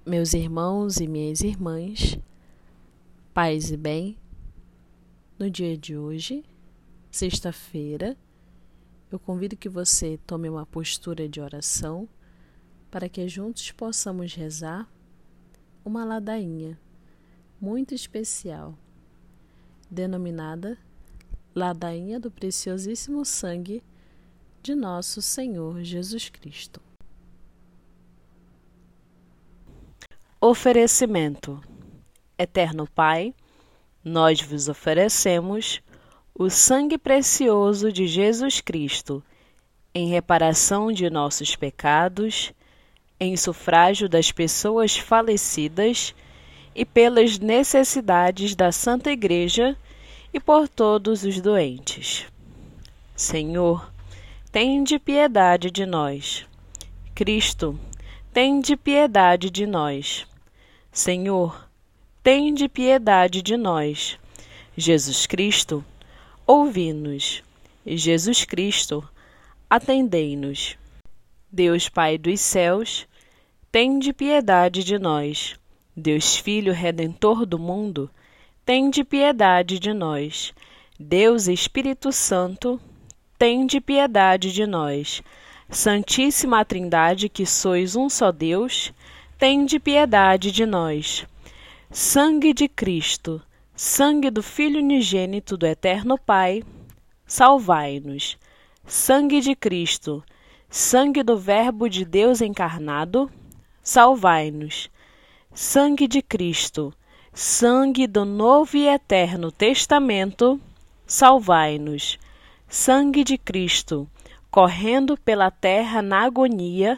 Meus irmãos e minhas irmãs, paz e bem, no dia de hoje, sexta-feira, eu convido que você tome uma postura de oração para que juntos possamos rezar uma ladainha muito especial, denominada Ladainha do Preciosíssimo Sangue de Nosso Senhor Jesus Cristo. Oferecimento. Eterno Pai, nós vos oferecemos o sangue precioso de Jesus Cristo, em reparação de nossos pecados, em sufrágio das pessoas falecidas e pelas necessidades da Santa Igreja e por todos os doentes. Senhor, tende piedade de nós. Cristo, tende piedade de nós. Senhor, tende piedade de nós. Jesus Cristo, ouvi-nos. Jesus Cristo, atendei-nos. Deus Pai dos céus, tende piedade de nós. Deus Filho Redentor do mundo, tende piedade de nós. Deus Espírito Santo, tende piedade de nós. Santíssima Trindade, que sois um só Deus, tende piedade de nós. Sangue de Cristo, sangue do Filho unigênito do Eterno Pai, salvai-nos. Sangue de Cristo, sangue do Verbo de Deus encarnado, salvai-nos. Sangue de Cristo, sangue do Novo e Eterno Testamento, salvai-nos. Sangue de Cristo, correndo pela terra na agonia,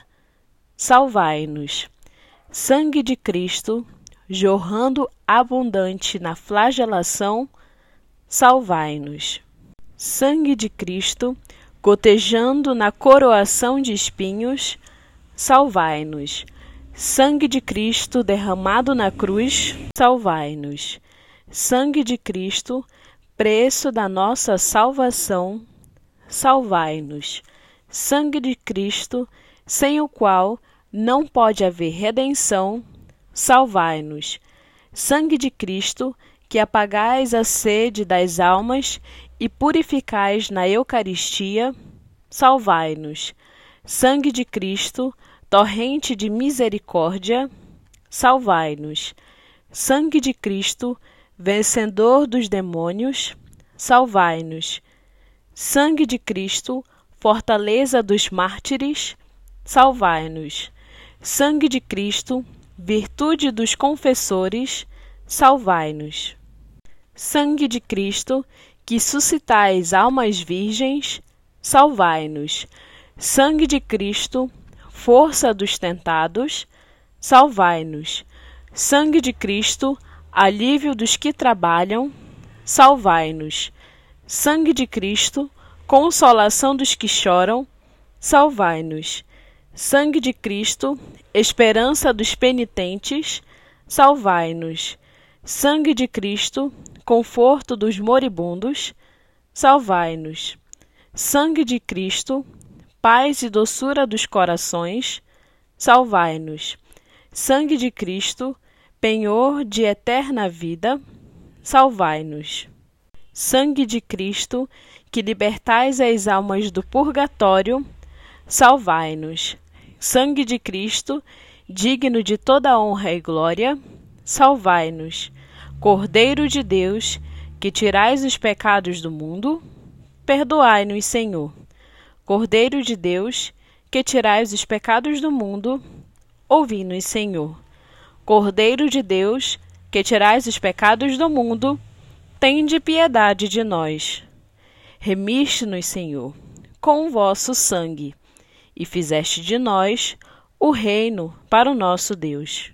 salvai-nos. Sangue de Cristo, jorrando abundante na flagelação, salvai-nos. Sangue de Cristo, gotejando na coroação de espinhos, salvai-nos. Sangue de Cristo derramado na cruz, salvai-nos. Sangue de Cristo, preço da nossa salvação, salvai-nos. Sangue de Cristo, sem o qual não pode haver redenção, salvai-nos. Sangue de Cristo, que apagais a sede das almas e purificais na Eucaristia, salvai-nos. Sangue de Cristo, torrente de misericórdia, salvai-nos. Sangue de Cristo, vencedor dos demônios, salvai-nos. Sangue de Cristo, fortaleza dos mártires, salvai-nos. Sangue de Cristo, virtude dos confessores, salvai-nos. Sangue de Cristo, que suscitais almas virgens, salvai-nos. Sangue de Cristo, força dos tentados, salvai-nos. Sangue de Cristo, alívio dos que trabalham, salvai-nos. Sangue de Cristo, consolação dos que choram, salvai-nos. Sangue de Cristo, esperança dos penitentes, salvai-nos. Sangue de Cristo, conforto dos moribundos, salvai-nos. Sangue de Cristo, paz e doçura dos corações, salvai-nos. Sangue de Cristo, penhor de eterna vida, salvai-nos. Sangue de Cristo, que libertais as almas do purgatório, salvai-nos. Sangue de Cristo, digno de toda honra e glória, salvai-nos. Cordeiro de Deus, que tirais os pecados do mundo, perdoai-nos, Senhor. Cordeiro de Deus, que tirais os pecados do mundo, ouvi-nos, Senhor. Cordeiro de Deus, que tirais os pecados do mundo, tende piedade de nós. Remiste-nos, Senhor, com o vosso sangue, e fizeste de nós o reino para o nosso Deus.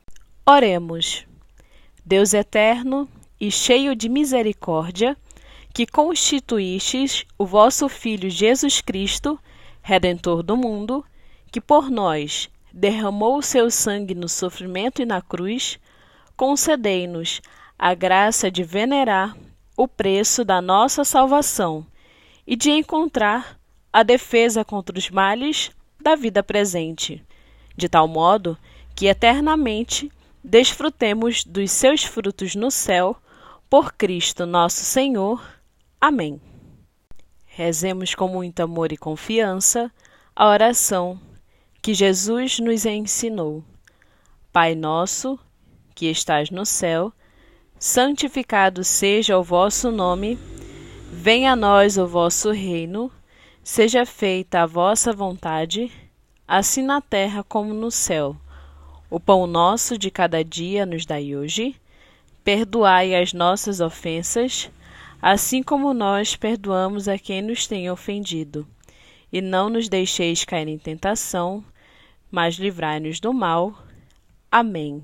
Oremos. Deus eterno e cheio de misericórdia, que constituístes o vosso Filho Jesus Cristo, Redentor do mundo, que por nós derramou o seu sangue no sofrimento e na cruz, concedei-nos a graça de venerar o preço da nossa salvação e de encontrar a defesa contra os males da vida presente, de tal modo que eternamente desfrutemos dos seus frutos no céu, por Cristo nosso Senhor. Amém. Rezemos com muito amor e confiança a oração que Jesus nos ensinou. Pai nosso, que estás no céu, santificado seja o vosso nome, venha a nós o vosso reino, seja feita a vossa vontade, assim na terra como no céu. O pão nosso de cada dia nos dai hoje, perdoai as nossas ofensas, assim como nós perdoamos a quem nos tem ofendido. E não nos deixeis cair em tentação, mas livrai-nos do mal. Amém.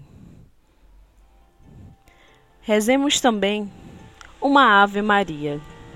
Rezemos também uma Ave Maria.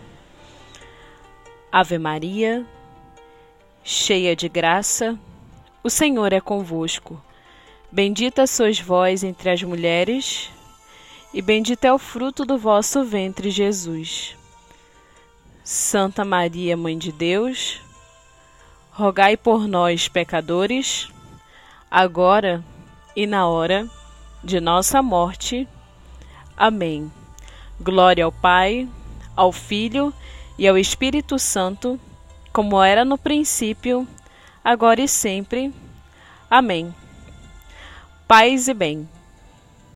Ave Maria, cheia de graça, o Senhor é convosco. Bendita sois vós entre as mulheres, e bendito é o fruto do vosso ventre, Jesus. Santa Maria, Mãe de Deus, rogai por nós, pecadores, agora e na hora de nossa morte. Amém. Glória ao Pai, ao Filho e ao Espírito Santo, como era no princípio, agora e sempre. Amém. Paz e bem.